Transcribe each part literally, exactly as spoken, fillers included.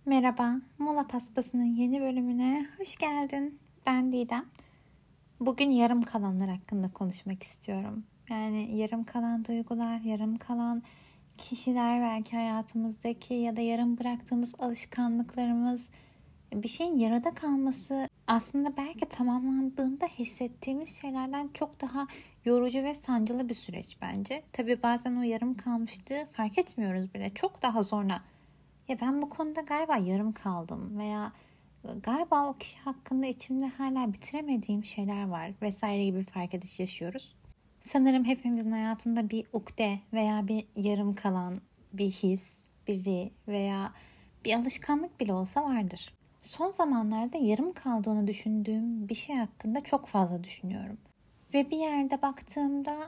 Merhaba, Mola Paspası'nın yeni bölümüne hoş geldin. Ben Didem. Bugün yarım kalanlar hakkında konuşmak istiyorum. Yani yarım kalan duygular, yarım kalan kişiler belki hayatımızdaki ya da yarım bıraktığımız alışkanlıklarımız, bir şeyin yarıda kalması aslında belki tamamlandığında hissettiğimiz şeylerden çok daha yorucu ve sancılı bir süreç bence. Tabii bazen o yarım kalmışlığı fark etmiyoruz bile. Çok daha sonra ya ben bu konuda galiba yarım kaldım veya galiba o kişi hakkında içimde hala bitiremediğim şeyler var vesaire gibi fark ediş yaşıyoruz. Sanırım hepimizin hayatında bir ukde veya bir yarım kalan bir his, biri veya bir alışkanlık bile olsa vardır. Son zamanlarda yarım kaldığını düşündüğüm bir şey hakkında çok fazla düşünüyorum. Ve bir yerde baktığımda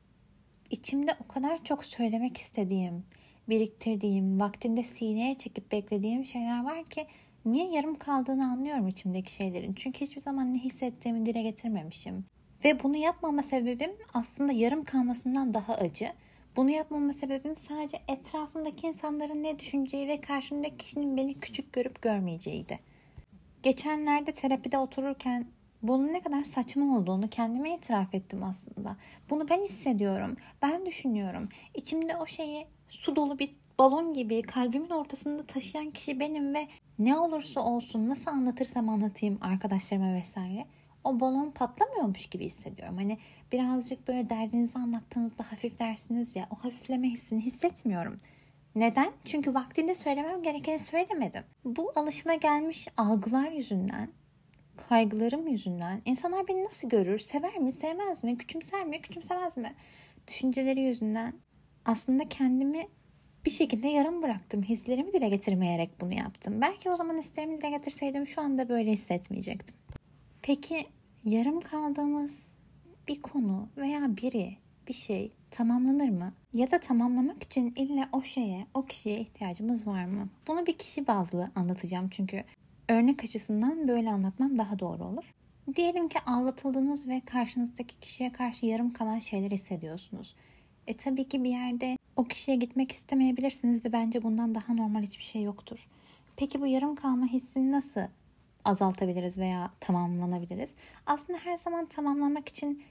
içimde o kadar çok söylemek istediğim, biriktirdiğim, vaktinde sineye çekip beklediğim şeyler var ki niye yarım kaldığını anlıyorum içimdeki şeylerin. Çünkü hiçbir zaman ne hissettiğimi dile getirmemişim. Ve bunu yapmama sebebim aslında yarım kalmasından daha acı. Bunu yapmama sebebim sadece etrafımdaki insanların ne düşüneceği ve karşımdaki kişinin beni küçük görüp görmeyeceğiydi. Geçenlerde terapide otururken bunun ne kadar saçma olduğunu kendime itiraf ettim aslında. Bunu ben hissediyorum, ben düşünüyorum. İçimde o şeyi su dolu bir balon gibi kalbimin ortasında taşıyan kişi benim ve ne olursa olsun nasıl anlatırsam anlatayım arkadaşlarıma vesaire o balon patlamıyormuş gibi hissediyorum. Hani birazcık böyle derdinizi anlattığınızda hafiflersiniz ya, o hafifleme hissini hissetmiyorum. Neden? Çünkü vaktinde söylemem gerekeni söylemedim. Bu alışılagelmiş algılar yüzünden, kaygılarım yüzünden insanlar beni nasıl görür, sever mi, sevmez mi, küçümser mi, küçümsemez mi? Düşünceleri yüzünden aslında kendimi bir şekilde yarım bıraktım. Hislerimi dile getirmeyerek bunu yaptım. Belki o zaman hislerimi dile getirseydim şu anda böyle hissetmeyecektim. Peki yarım kaldığımız bir konu veya biri, bir şey tamamlanır mı? Ya da tamamlamak için illa o şeye, o kişiye ihtiyacımız var mı? Bunu bir kişi bazlı anlatacağım çünkü örnek açısından böyle anlatmam daha doğru olur. Diyelim ki aldatıldınız ve karşınızdaki kişiye karşı yarım kalan şeyler hissediyorsunuz. E tabii ki bir yerde o kişiye gitmek istemeyebilirsiniz ve bence bundan daha normal hiçbir şey yoktur. Peki bu yarım kalma hissini nasıl azaltabiliriz veya tamamlanabiliriz? Aslında her zaman tamamlamak için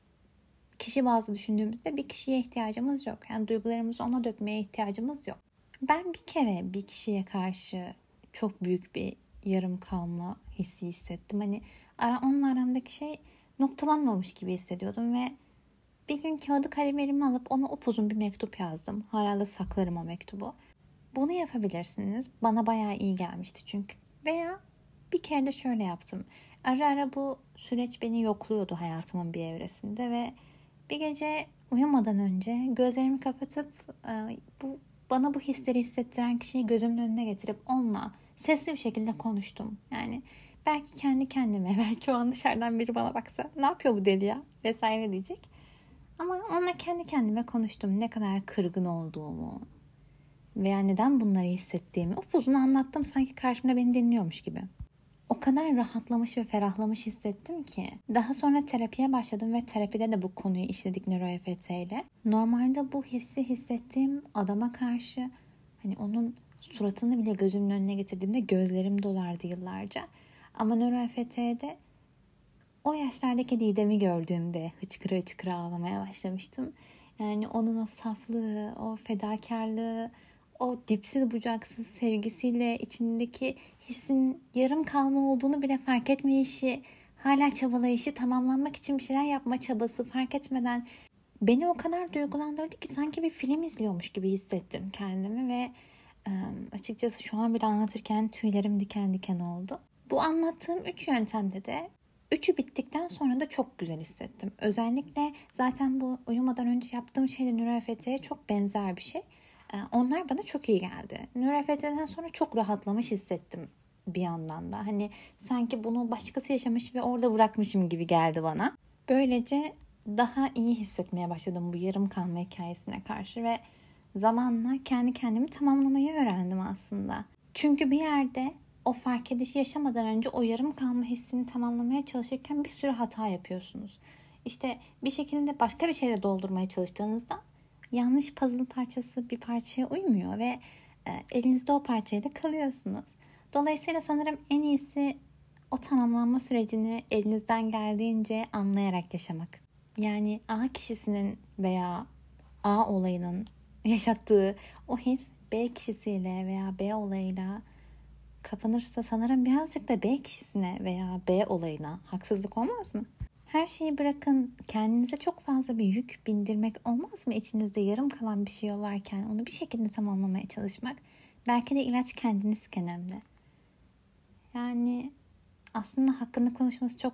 kişi bazlı düşündüğümüzde bir kişiye ihtiyacımız yok. Yani duygularımızı ona dökmeye ihtiyacımız yok. Ben bir kere bir kişiye karşı çok büyük bir yarım kalma hissi hissettim. Hani ara, onunla aramdaki şey noktalanmamış gibi hissediyordum ve bir gün kağıdı kalem elime alıp ona upuzun bir mektup yazdım. Hala da saklarım o mektubu. Bunu yapabilirsiniz. Bana bayağı iyi gelmişti çünkü. Veya bir kere de şöyle yaptım. Ara ara bu süreç beni yokluyordu hayatımın bir evresinde ve bir gece uyumadan önce gözlerimi kapatıp bu bana bu hisleri hissettiren kişiyi gözümün önüne getirip onunla sesli bir şekilde konuştum. Yani belki kendi kendime, belki o an dışarıdan biri bana baksa ne yapıyor bu deli ya vesaire diyecek. Ama onunla kendi kendime konuştum. Ne kadar kırgın olduğumu veya neden bunları hissettiğimi upuzun anlattım sanki karşımda beni dinliyormuş gibi. O kadar rahatlamış ve ferahlamış hissettim ki. Daha sonra terapiye başladım ve terapide de bu konuyu işledik nöro-E F T ile. Normalde bu hissi hissettiğim adama karşı hani onun suratını bile gözümün önüne getirdiğimde gözlerim dolardı yıllarca. Ama nöro-E F T'de o yaşlardaki Didem'i gördüğümde hıçkıra hıçkıra ağlamaya başlamıştım. Yani onun o saflığı, o fedakarlığı, o dipsiz bucaksız sevgisiyle içindeki hissin yarım kalma olduğunu bile fark etmeyişi, hala çabalayışı, tamamlanmak için bir şeyler yapma çabası fark etmeden beni o kadar duygulandırdı ki sanki bir film izliyormuş gibi hissettim kendimi ve açıkçası şu an bile anlatırken tüylerim diken diken oldu. Bu anlattığım üç yöntemde de üçü bittikten sonra da çok güzel hissettim. Özellikle zaten bu uyumadan önce yaptığım şeyle nöro-E F T'ye çok benzer bir şey. Onlar bana çok iyi geldi. nöro-E F T'den sonra çok rahatlamış hissettim bir yandan da. Hani sanki bunu başkası yaşamış ve orada bırakmışım gibi geldi bana. Böylece daha iyi hissetmeye başladım bu yarım kalma hikayesine karşı ve zamanla kendi kendimi tamamlamayı öğrendim aslında. Çünkü bir yerde o fark edişi yaşamadan önce o yarım kalma hissini tamamlamaya çalışırken bir sürü hata yapıyorsunuz. İşte bir şekilde başka bir şeyle doldurmaya çalıştığınızda yanlış puzzle parçası bir parçaya uymuyor ve e, elinizde o parçayla kalıyorsunuz. Dolayısıyla sanırım en iyisi o tamamlanma sürecini elinizden geldiğince anlayarak yaşamak. Yani A kişisinin veya A olayının yaşattığı o his B kişisiyle veya B olayıyla kapanırsa sanırım birazcık da B kişisine veya B olayına haksızlık olmaz mı? Her şeyi bırakın, kendinize çok fazla bir yük bindirmek olmaz mı? İçinizde yarım kalan bir şey varken onu bir şekilde tamamlamaya çalışmak. Belki de ilaç kendinizken hem de. Yani aslında hakkında konuşması çok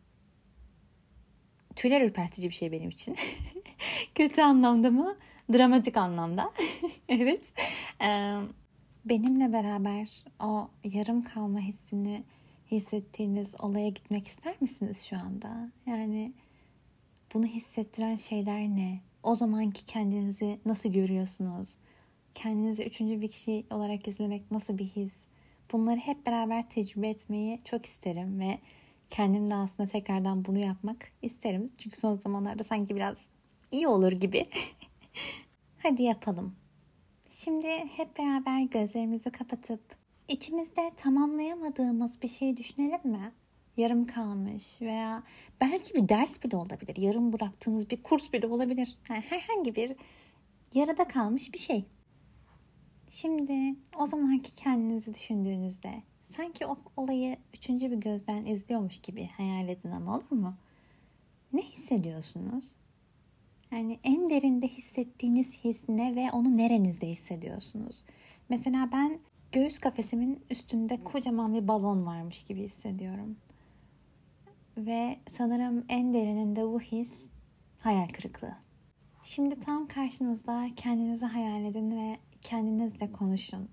tüyler ürpertici bir şey benim için. Kötü anlamda mı? Dramatik anlamda. Evet. Ee, benimle beraber o yarım kalma hissini hissettiğiniz olaya gitmek ister misiniz şu anda? Yani bunu hissettiren şeyler ne? O zamanki kendinizi nasıl görüyorsunuz? Kendinizi üçüncü bir kişi olarak izlemek nasıl bir his? Bunları hep beraber tecrübe etmeyi çok isterim ve kendim de aslında tekrardan bunu yapmak isterim. Çünkü son zamanlarda sanki biraz iyi olur gibi. Hadi yapalım. Şimdi hep beraber gözlerimizi kapatıp içimizde tamamlayamadığımız bir şey düşünelim mi? Yarım kalmış veya belki bir ders bile olabilir. Yarım bıraktığınız bir kurs bile olabilir. Yani herhangi bir yarıda kalmış bir şey. Şimdi o zamanki kendinizi düşündüğünüzde sanki o olayı üçüncü bir gözden izliyormuş gibi hayal edin ama olur mu? Ne hissediyorsunuz? Yani en derinde hissettiğiniz his ne ve onu nerenizde hissediyorsunuz? Mesela ben göğüs kafesimin üstünde kocaman bir balon varmış gibi hissediyorum. Ve sanırım en derininde bu his hayal kırıklığı. Şimdi tam karşınızda kendinizi hayal edin ve kendinizle konuşun.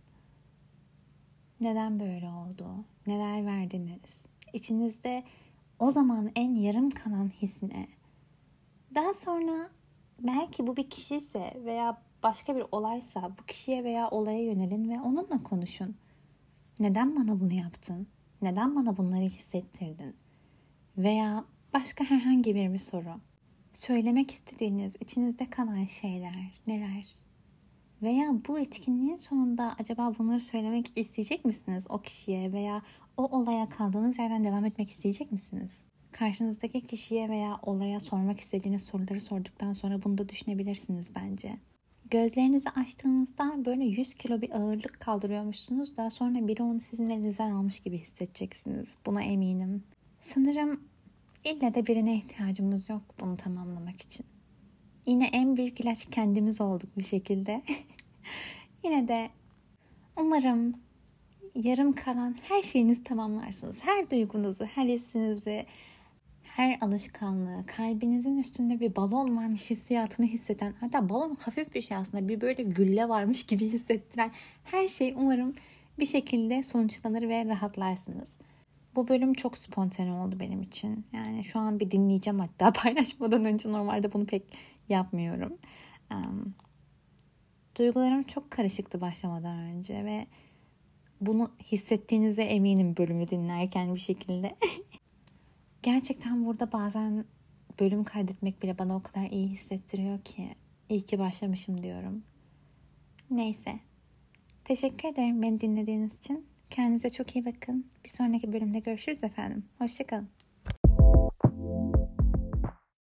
Neden böyle oldu? Neler verdiniz? İçinizde o zaman en yarım kalan his ne? Daha sonra belki bu bir kişi ise veya başka bir olaysa bu kişiye veya olaya yönelin ve onunla konuşun. Neden bana bunu yaptın? Neden bana bunları hissettirdin? Veya başka herhangi bir bir soru. Söylemek istediğiniz, içinizde kalan şeyler neler? Veya bu etkinliğin sonunda acaba bunları söylemek isteyecek misiniz o kişiye veya o olaya kaldığınız yerden devam etmek isteyecek misiniz? Karşınızdaki kişiye veya olaya sormak istediğiniz soruları sorduktan sonra bunu da düşünebilirsiniz bence. Gözlerinizi açtığınızda böyle yüz kilo bir ağırlık kaldırıyormuşsunuz. Daha sonra biri onu sizin elinizden almış gibi hissedeceksiniz. Buna eminim. Sanırım ille de birine ihtiyacımız yok bunu tamamlamak için. Yine en büyük ilaç kendimiz olduk bir şekilde. Yine de umarım yarım kalan her şeyinizi tamamlarsınız. Her duygunuzu, her hissinizi, her alışkanlığı, kalbinizin üstünde bir balon varmış hissiyatını hisseden, hatta balon hafif bir şey aslında, bir böyle gülle varmış gibi hissettiren her şey umarım bir şekilde sonuçlanır ve rahatlarsınız. Bu bölüm çok spontane oldu benim için. Yani şu an bir dinleyeceğim hatta paylaşmadan önce, normalde bunu pek yapmıyorum. Um, duygularım çok karışıktı başlamadan önce ve bunu hissettiğinize eminim bölümü dinlerken bir şekilde. Gerçekten burada bazen bölüm kaydetmek bile bana o kadar iyi hissettiriyor ki iyi ki başlamışım diyorum. Neyse. Teşekkür ederim beni dinlediğiniz için. Kendinize çok iyi bakın. Bir sonraki bölümde görüşürüz efendim. Hoşça kalın.